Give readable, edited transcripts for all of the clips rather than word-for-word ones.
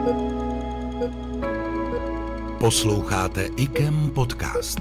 Posloucháte IKEM podcast.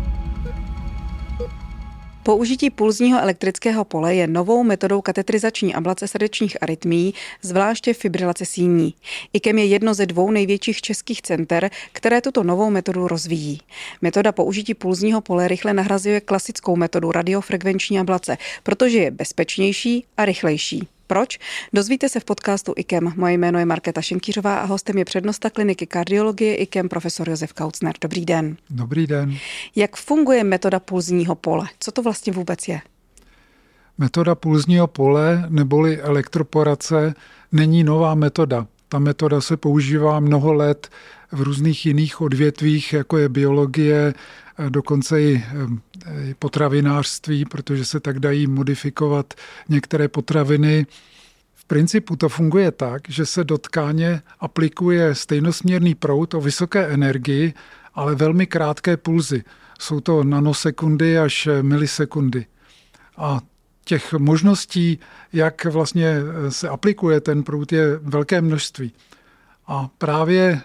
Použití pulzního elektrického pole je novou metodou katetrizační ablace srdečních arytmií, zvláště fibrilace síní. IKEM je jedno ze dvou největších českých center, které tuto novou metodu rozvíjí. Metoda použití pulzního pole rychle nahrazuje klasickou metodu radiofrekvenční ablace, protože je bezpečnější a rychlejší. Proč? Dozvíte se v podcastu IKEM. Moje jméno je Markéta Šenkýřová a hostem je přednosta kliniky kardiologie IKEM profesor Josef Kautsner. Dobrý den. Dobrý den. Jak funguje metoda pulzního pole? Co to vlastně vůbec je? Metoda pulzního pole neboli elektroporace není nová metoda. Ta metoda se používá mnoho let v různých jiných odvětvích, jako je biologie, dokonce i potravinářství, protože se tak dají modifikovat některé potraviny. V principu to funguje tak, že se do tkáně aplikuje stejnosměrný proud o vysoké energii, ale velmi krátké pulzy. Jsou to nanosekundy až milisekundy. A těch možností, jak vlastně se aplikuje ten proud, je velké množství. A právě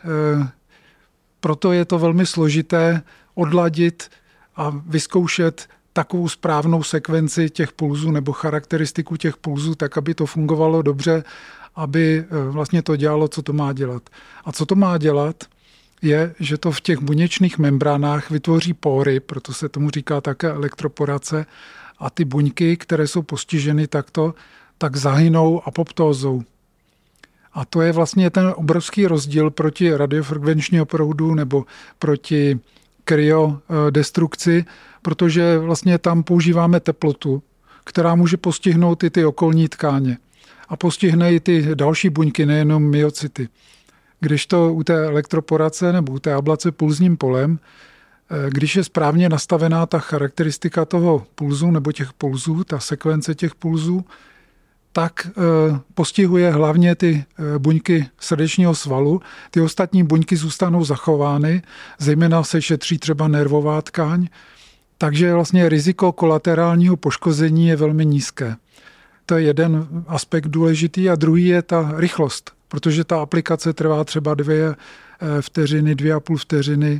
proto je to velmi složité odladit a vyzkoušet takovou správnou sekvenci těch pulzů nebo charakteristiku těch pulzů, tak aby to fungovalo dobře, aby vlastně to dělalo, co to má dělat. A co to má dělat, je, že to v těch buněčných membránách vytvoří póry, proto se tomu říká také elektroporace, a ty buňky, které jsou postiženy takto, tak zahynou apoptózou. A to je vlastně ten obrovský rozdíl proti radiofrekvenčního proudu nebo proti kryodestrukci, protože vlastně tam používáme teplotu, která může postihnout i ty okolní tkáně. A postihne i ty další buňky, nejenom myocyty. Když to u té elektroporace nebo u té ablace pulzním polem, když je správně nastavená ta charakteristika toho pulzu nebo těch pulzů, ta sekvence těch pulzů, tak postihuje hlavně ty buňky srdečního svalu. Ty ostatní buňky zůstanou zachovány, zejména se šetří třeba nervová tkáň, takže vlastně riziko kolaterálního poškození je velmi nízké. To je jeden aspekt důležitý a druhý je ta rychlost, protože ta aplikace trvá třeba 2 vteřiny, 2,5 vteřiny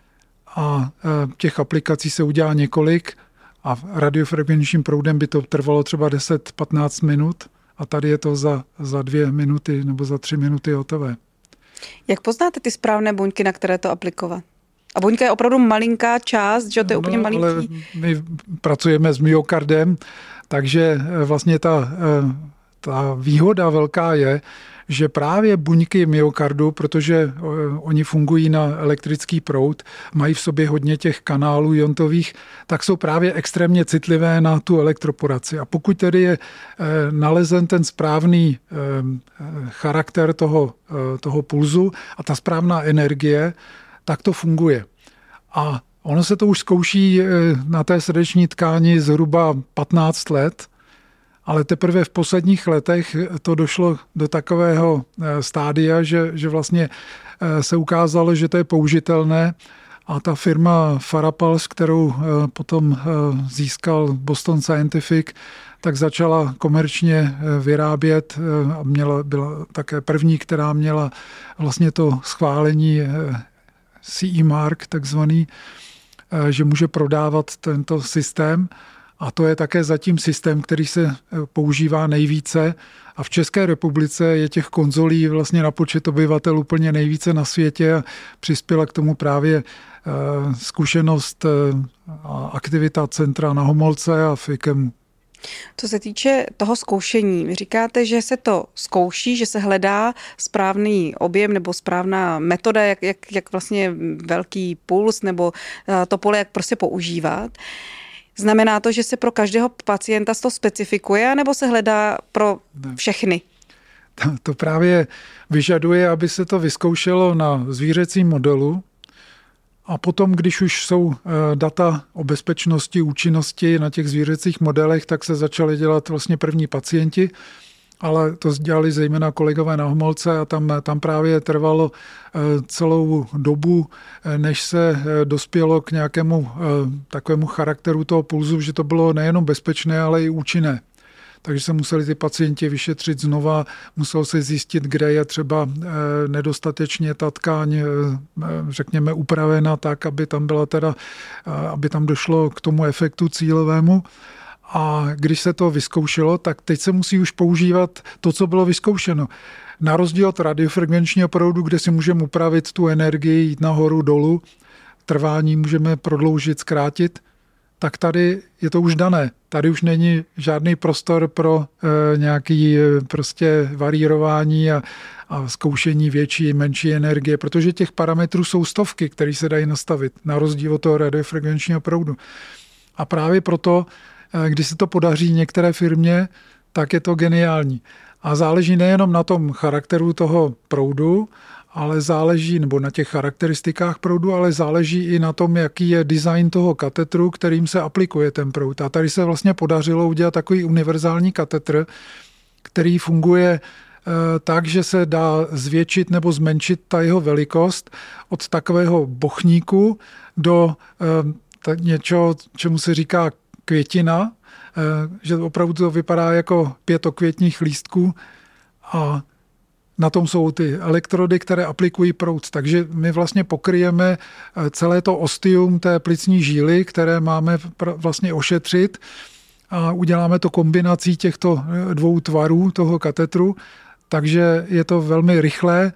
a těch aplikací se udělá několik. A radiofrekvenčním proudem by to trvalo třeba 10-15 minut a tady je to za 2 minuty nebo za 3 minuty hotové. Jak poznáte ty správné buňky, na které to aplikovat? A buňka je opravdu malinká část, že to je úplně malinký. Ale my pracujeme s myokardem, takže vlastně ta výhoda velká je, že právě buňky myokardu, protože oni fungují na elektrický proud, mají v sobě hodně těch kanálů iontových, tak jsou právě extrémně citlivé na tu elektroporaci. A pokud tedy je nalezen ten správný charakter toho pulzu a ta správná energie, tak to funguje. A ono se to už zkouší na té srdeční tkáni zhruba 15 let, ale teprve v posledních letech to došlo do takového stádia, že vlastně se ukázalo, že to je použitelné a ta firma Farapulse, kterou potom získal Boston Scientific, tak začala komerčně vyrábět a byla také první, která měla vlastně to schválení CE mark takzvaný, že může prodávat tento systém. A to je také zatím systém, který se používá nejvíce. A v České republice je těch konzolí vlastně na počet obyvatel úplně nejvíce na světě a přispěla k tomu právě zkušenost a aktivita centra na Homolce a v IKEMu. Co se týče toho zkoušení, vy říkáte, že se to zkouší, že se hledá správný objem nebo správná metoda, jak vlastně velký puls nebo to pole, jak prostě používat. Znamená to, že se pro každého pacienta to specifikuje, nebo se hledá pro všechny? To právě vyžaduje, aby se to vyzkoušelo na zvířecím modelu a potom, když už jsou data o bezpečnosti, účinnosti na těch zvířecích modelech, tak se začaly dělat vlastně první pacienti, ale to dělali zejména kolegové na Homolce a tam právě trvalo celou dobu, než se dospělo k nějakému takovému charakteru toho pulzu, že to bylo nejenom bezpečné, ale i účinné. takže se museli ty pacienti vyšetřit znova, muselo se zjistit, kde je třeba nedostatečně ta tkáň, řekněme, upravena tak, aby tam byla aby tam došlo k tomu efektu cílovému. A když se to vyzkoušelo, tak teď se musí už používat to, co bylo vyzkoušeno. Na rozdíl od radiofrekvenčního proudu, kde si můžeme upravit tu energii, jít nahoru, dolů, trvání můžeme prodloužit, zkrátit, tak tady je to už dané. Tady už není žádný prostor pro nějaký prostě varírování a zkoušení větší, menší energie, protože těch parametrů jsou stovky, které se dají nastavit, na rozdíl od toho radiofrekvenčního proudu. A právě proto, když se to podaří některé firmě, tak je to geniální. A záleží nejenom na tom charakteru toho proudu, ale záleží, nebo na těch charakteristikách proudu, ale záleží i na tom, jaký je design toho katetru, kterým se aplikuje ten proud. A tady se vlastně podařilo udělat takový univerzální katetr, který funguje tak, že se dá zvětšit nebo zmenšit ta jeho velikost od takového bochníku do něčeho, čemu se říká květina, že opravdu to vypadá jako 5 okvětních lístků a na tom jsou ty elektrody, které aplikují proud. Takže my vlastně pokryjeme celé to ostium té plicní žíly, které máme vlastně ošetřit a uděláme to kombinací těchto dvou tvarů toho katetru. Takže je to velmi rychlé,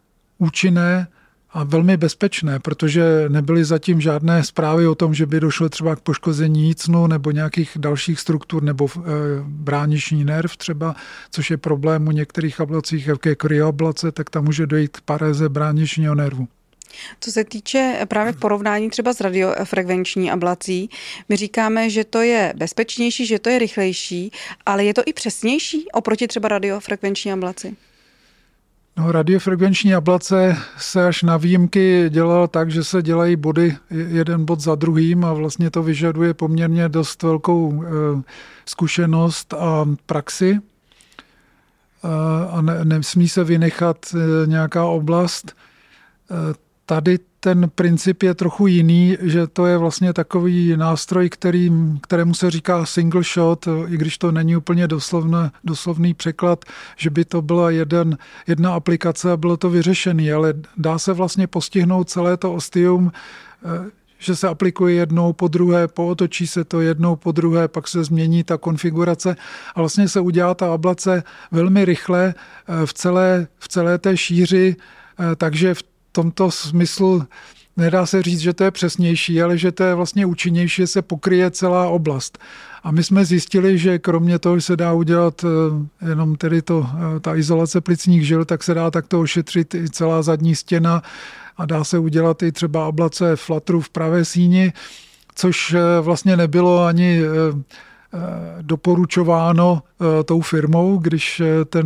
účinné a velmi bezpečné, protože nebyly zatím žádné zprávy o tom, že by došlo třeba k poškození jícnu nebo nějakých dalších struktur nebo brániční nerv třeba, což je problém u některých ablacích, jako je kryoablace, tak tam může dojít k paréze bráničního nervu. Co se týče právě porovnání třeba s radiofrekvenční ablací, my říkáme, že to je bezpečnější, že to je rychlejší, ale je to i přesnější oproti třeba radiofrekvenční ablaci? No, radiofrekvenční ablace se až na výjimky dělala tak, že se dělají body jeden bod za druhým a vlastně to vyžaduje poměrně dost velkou zkušenost a praxi a nesmí se vynechat nějaká oblast. Tady ten princip je trochu jiný, že to je vlastně takový nástroj, kterému se říká single shot, i když to není úplně doslovný překlad, že by to byla jedna aplikace a bylo to vyřešené, ale dá se vlastně postihnout celé to ostium, že se aplikuje jednou po druhé, pootočí se to jednou po druhé, pak se změní ta konfigurace a vlastně se udělá ta ablace velmi rychle v celé té šíři, takže v tomto smyslu nedá se říct, že to je přesnější, ale že to je vlastně účinnější, že se pokryje celá oblast. A my jsme zjistili, že kromě toho, že se dá udělat jenom tedy ta izolace plicních žil, tak se dá takto ošetřit i celá zadní stěna a dá se udělat i třeba ablace flatru v pravé síni, což vlastně nebylo ani doporučováno tou firmou, když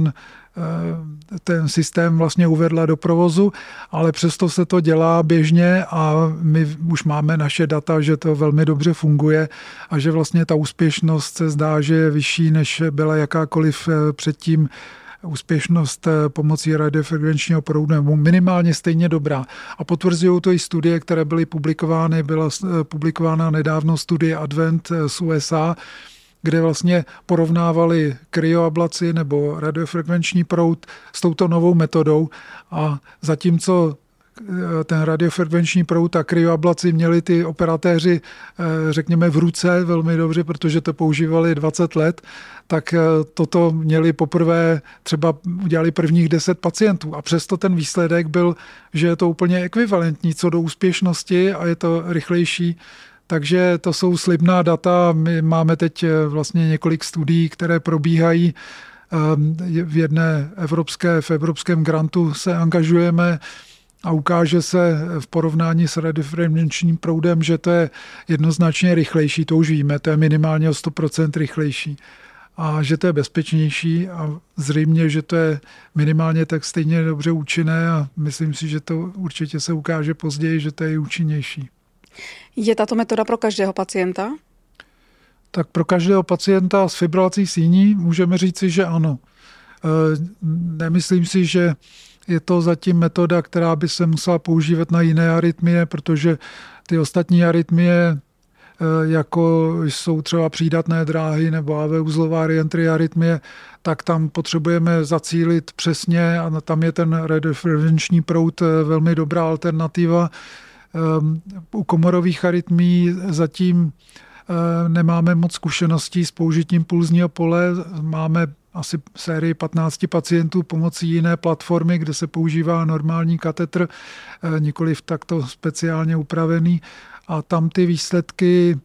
ten systém vlastně uvedla do provozu, ale přesto se to dělá běžně a my už máme naše data, že to velmi dobře funguje a že vlastně ta úspěšnost se zdá, že je vyšší, než byla jakákoliv předtím úspěšnost pomocí radiofrekvenčního proudu, nebo minimálně stejně dobrá. A potvrzují to i studie, které byly publikovány. Byla publikována nedávno studie Advent z USA, kde vlastně porovnávali kryoablaci nebo radiofrekvenční proud s touto novou metodou a zatímco ten radiofrekvenční proud a kryoablaci měli ty operatéři, řekněme, v ruce velmi dobře, protože to používali 20 let, tak toto měli poprvé, třeba udělali prvních 10 pacientů a přesto ten výsledek byl, že je to úplně ekvivalentní co do úspěšnosti a je to rychlejší. Takže to jsou slibná data. My máme teď vlastně několik studií, které probíhají. V evropském grantu se angažujeme a ukáže se v porovnání s radiofrekvenčním proudem, že to je jednoznačně rychlejší, to už víme, to je minimálně o 100% rychlejší. A že to je bezpečnější a zřejmě, že to je minimálně tak stejně dobře účinné a myslím si, že to určitě se ukáže později, že to je účinnější. Je tato metoda pro každého pacienta? Tak pro každého pacienta s fibrilací síní můžeme říci, že ano. Nemyslím si, že je to zatím metoda, která by se musela používat na jiné arytmie, protože ty ostatní arytmie jako jsou třeba přídatné dráhy nebo AV uzlová reentry arytmie, tak tam potřebujeme zacílit přesně a tam je ten radiofrekvenční proud velmi dobrá alternativa. U komorových arytmií zatím nemáme moc zkušeností s použitím pulzního pole. Máme asi sérii 15 pacientů pomocí jiné platformy, kde se používá normální katetr, nikoliv takto speciálně upravený. A tam ty výsledky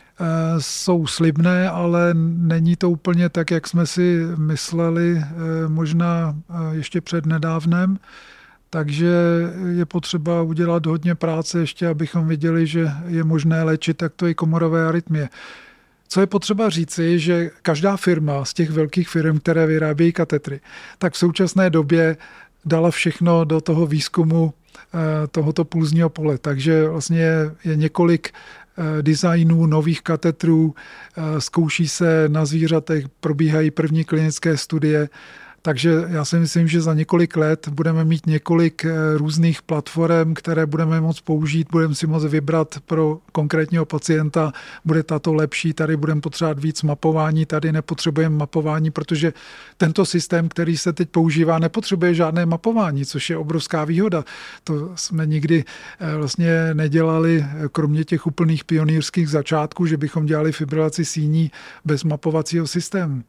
jsou slibné, ale není to úplně tak, jak jsme si mysleli, možná ještě před nedávnem. Takže je potřeba udělat hodně práce ještě, abychom viděli, že je možné léčit takto i komorové arytmie. Co je potřeba říci, že každá firma z těch velkých firm, které vyrábějí katetry, tak v současné době dala všechno do toho výzkumu tohoto pulzního pole. Takže vlastně je několik designů nových katetrů, zkouší se na zvířatech, probíhají první klinické studie. Takže já si myslím, že za několik let budeme mít několik různých platform, které budeme moct použít, budeme si moct vybrat pro konkrétního pacienta, bude tato lepší, tady budeme potřebovat víc mapování, tady nepotřebujeme mapování, protože tento systém, který se teď používá, nepotřebuje žádné mapování, což je obrovská výhoda. To jsme nikdy vlastně nedělali, kromě těch úplných pionýrských začátků, že bychom dělali fibrilaci síní bez mapovacího systému.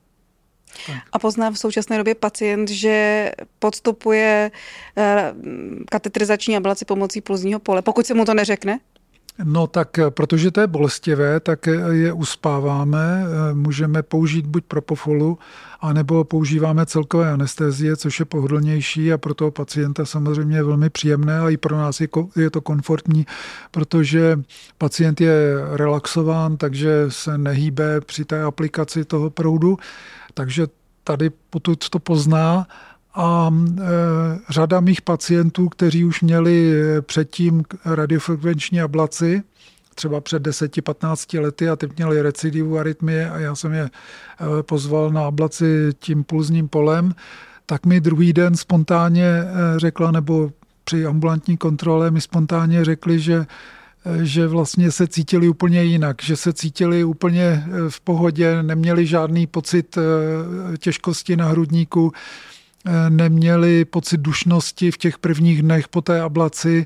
A pozná v současné době pacient, že podstupuje katetrizační ablaci pomocí pulzního pole, pokud se mu to neřekne? No tak, protože to je bolestivé, tak je uspáváme, můžeme použít buď propofolu, anebo používáme celkové anestezie, což je pohodlnější a pro toho pacienta samozřejmě je velmi příjemné a i pro nás je to komfortní, protože pacient je relaxován, takže se nehýbe při té aplikaci toho proudu, takže tady potud to pozná. A řada mých pacientů, kteří už měli předtím radiofrekvenční ablaci, třeba před 10-15 lety a teď měli recidivu arytmie a já jsem je pozval na ablaci tím pulzním polem, tak mi druhý den spontánně řekla, nebo při ambulantní kontrole mi spontánně řekli, že vlastně se cítili úplně jinak, že se cítili úplně v pohodě, neměli žádný pocit těžkosti na hrudníku, neměli pocit dušnosti v těch prvních dnech po té ablaci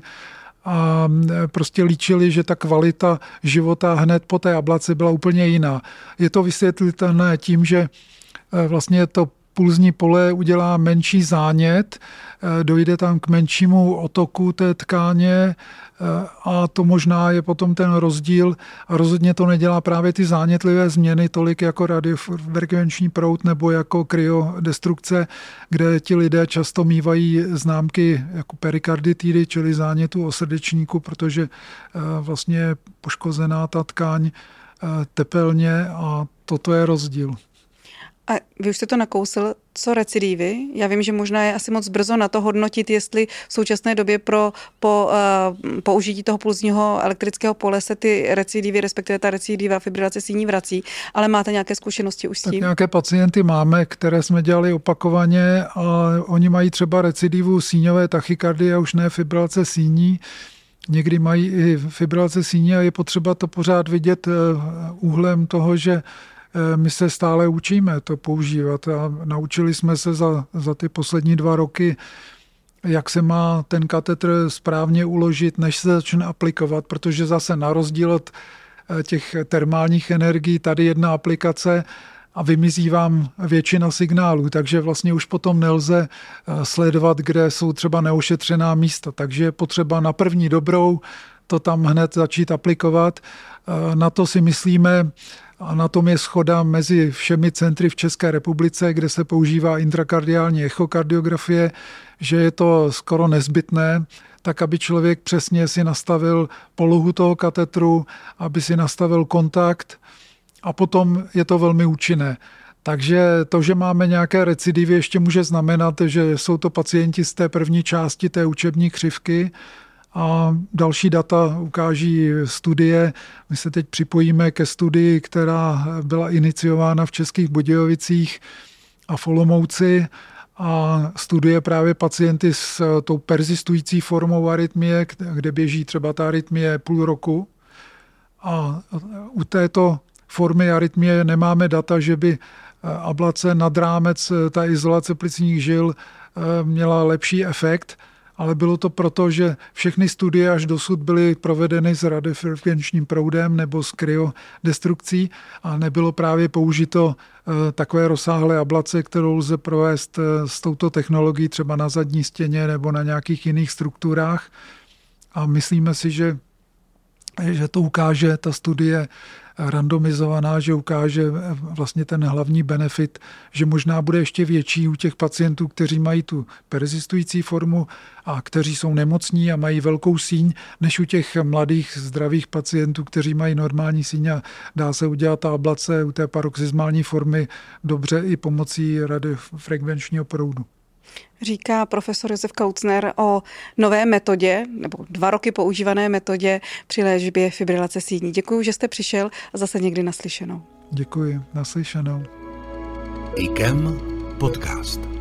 a prostě líčili, že ta kvalita života hned po té ablaci byla úplně jiná. Je to vysvětlitelné tím, že vlastně to pulzní pole udělá menší zánět, dojde tam k menšímu otoku té tkáně a to možná je potom ten rozdíl. A rozhodně to nedělá právě ty zánětlivé změny tolik jako radiofrekvenční proud nebo jako kryodestrukce, kde ti lidé často mívají známky jako perikarditidy, čili zánětu o srdečníku, protože vlastně je poškozená ta tkáň tepelně a toto je rozdíl. A vy už jste to nakousil, co recidivy? Já vím, že možná je asi moc brzo na to hodnotit, jestli v současné době po použití toho pulzního elektrického pole se ty recidivy, respektive ta recidiva fibrilace síní vrací, ale máte nějaké zkušenosti už s tím? Tak nějaké pacienty máme, které jsme dělali opakovaně a oni mají třeba recidivu síňové tachykardie a už ne fibrilace síní. Někdy mají i fibrilace síní a je potřeba to pořád vidět úhlem toho, že my se stále učíme to používat a naučili jsme se za ty poslední 2 roky, jak se má ten katetr správně uložit, než se začne aplikovat, protože zase na rozdíl od těch termálních energií tady jedna aplikace a vymizí vám většina signálů, takže vlastně už potom nelze sledovat, kde jsou třeba neošetřená místa, takže je potřeba na první dobrou to tam hned začít aplikovat. Na to si myslíme, a na tom je shoda mezi všemi centry v České republice, kde se používá intrakardiální echokardiografie, že je to skoro nezbytné, tak aby člověk přesně si nastavil polohu toho katetru, aby si nastavil kontakt a potom je to velmi účinné. Takže to, že máme nějaké recidivy, ještě může znamenat, že jsou to pacienti z té první části té učební křivky, a další data ukáží studie. My se teď připojíme ke studii, která byla iniciována v Českých Budějovicích a v Olomouci a studuje právě pacienty s tou persistující formou arytmie, kde běží třeba ta arytmie půl roku. A u této formy arytmie nemáme data, že by ablace nad rámec, ta izolace plicních žil měla lepší efekt, ale bylo to proto, že všechny studie až dosud byly provedeny s radiofrekvenčním proudem nebo s kryodestrukcí a nebylo právě použito takové rozsáhlé ablace, kterou lze provést s touto technologií třeba na zadní stěně nebo na nějakých jiných strukturách. A myslíme si, že to ukáže ta studie randomizovaná, že ukáže vlastně ten hlavní benefit, že možná bude ještě větší u těch pacientů, kteří mají tu persistující formu a kteří jsou nemocní a mají velkou síň, než u těch mladých zdravých pacientů, kteří mají normální síň a dá se udělat ta ablace u té paroxysmální formy dobře i pomocí radiofrekvenčního proudu. Říká profesor Josef Kaucner o nové metodě, nebo 2 roky používané metodě při léčbě fibrilace síní. Děkuji, že jste přišel a zase někdy naslyšenou. Děkuji, naslyšenou. IKEM podcast.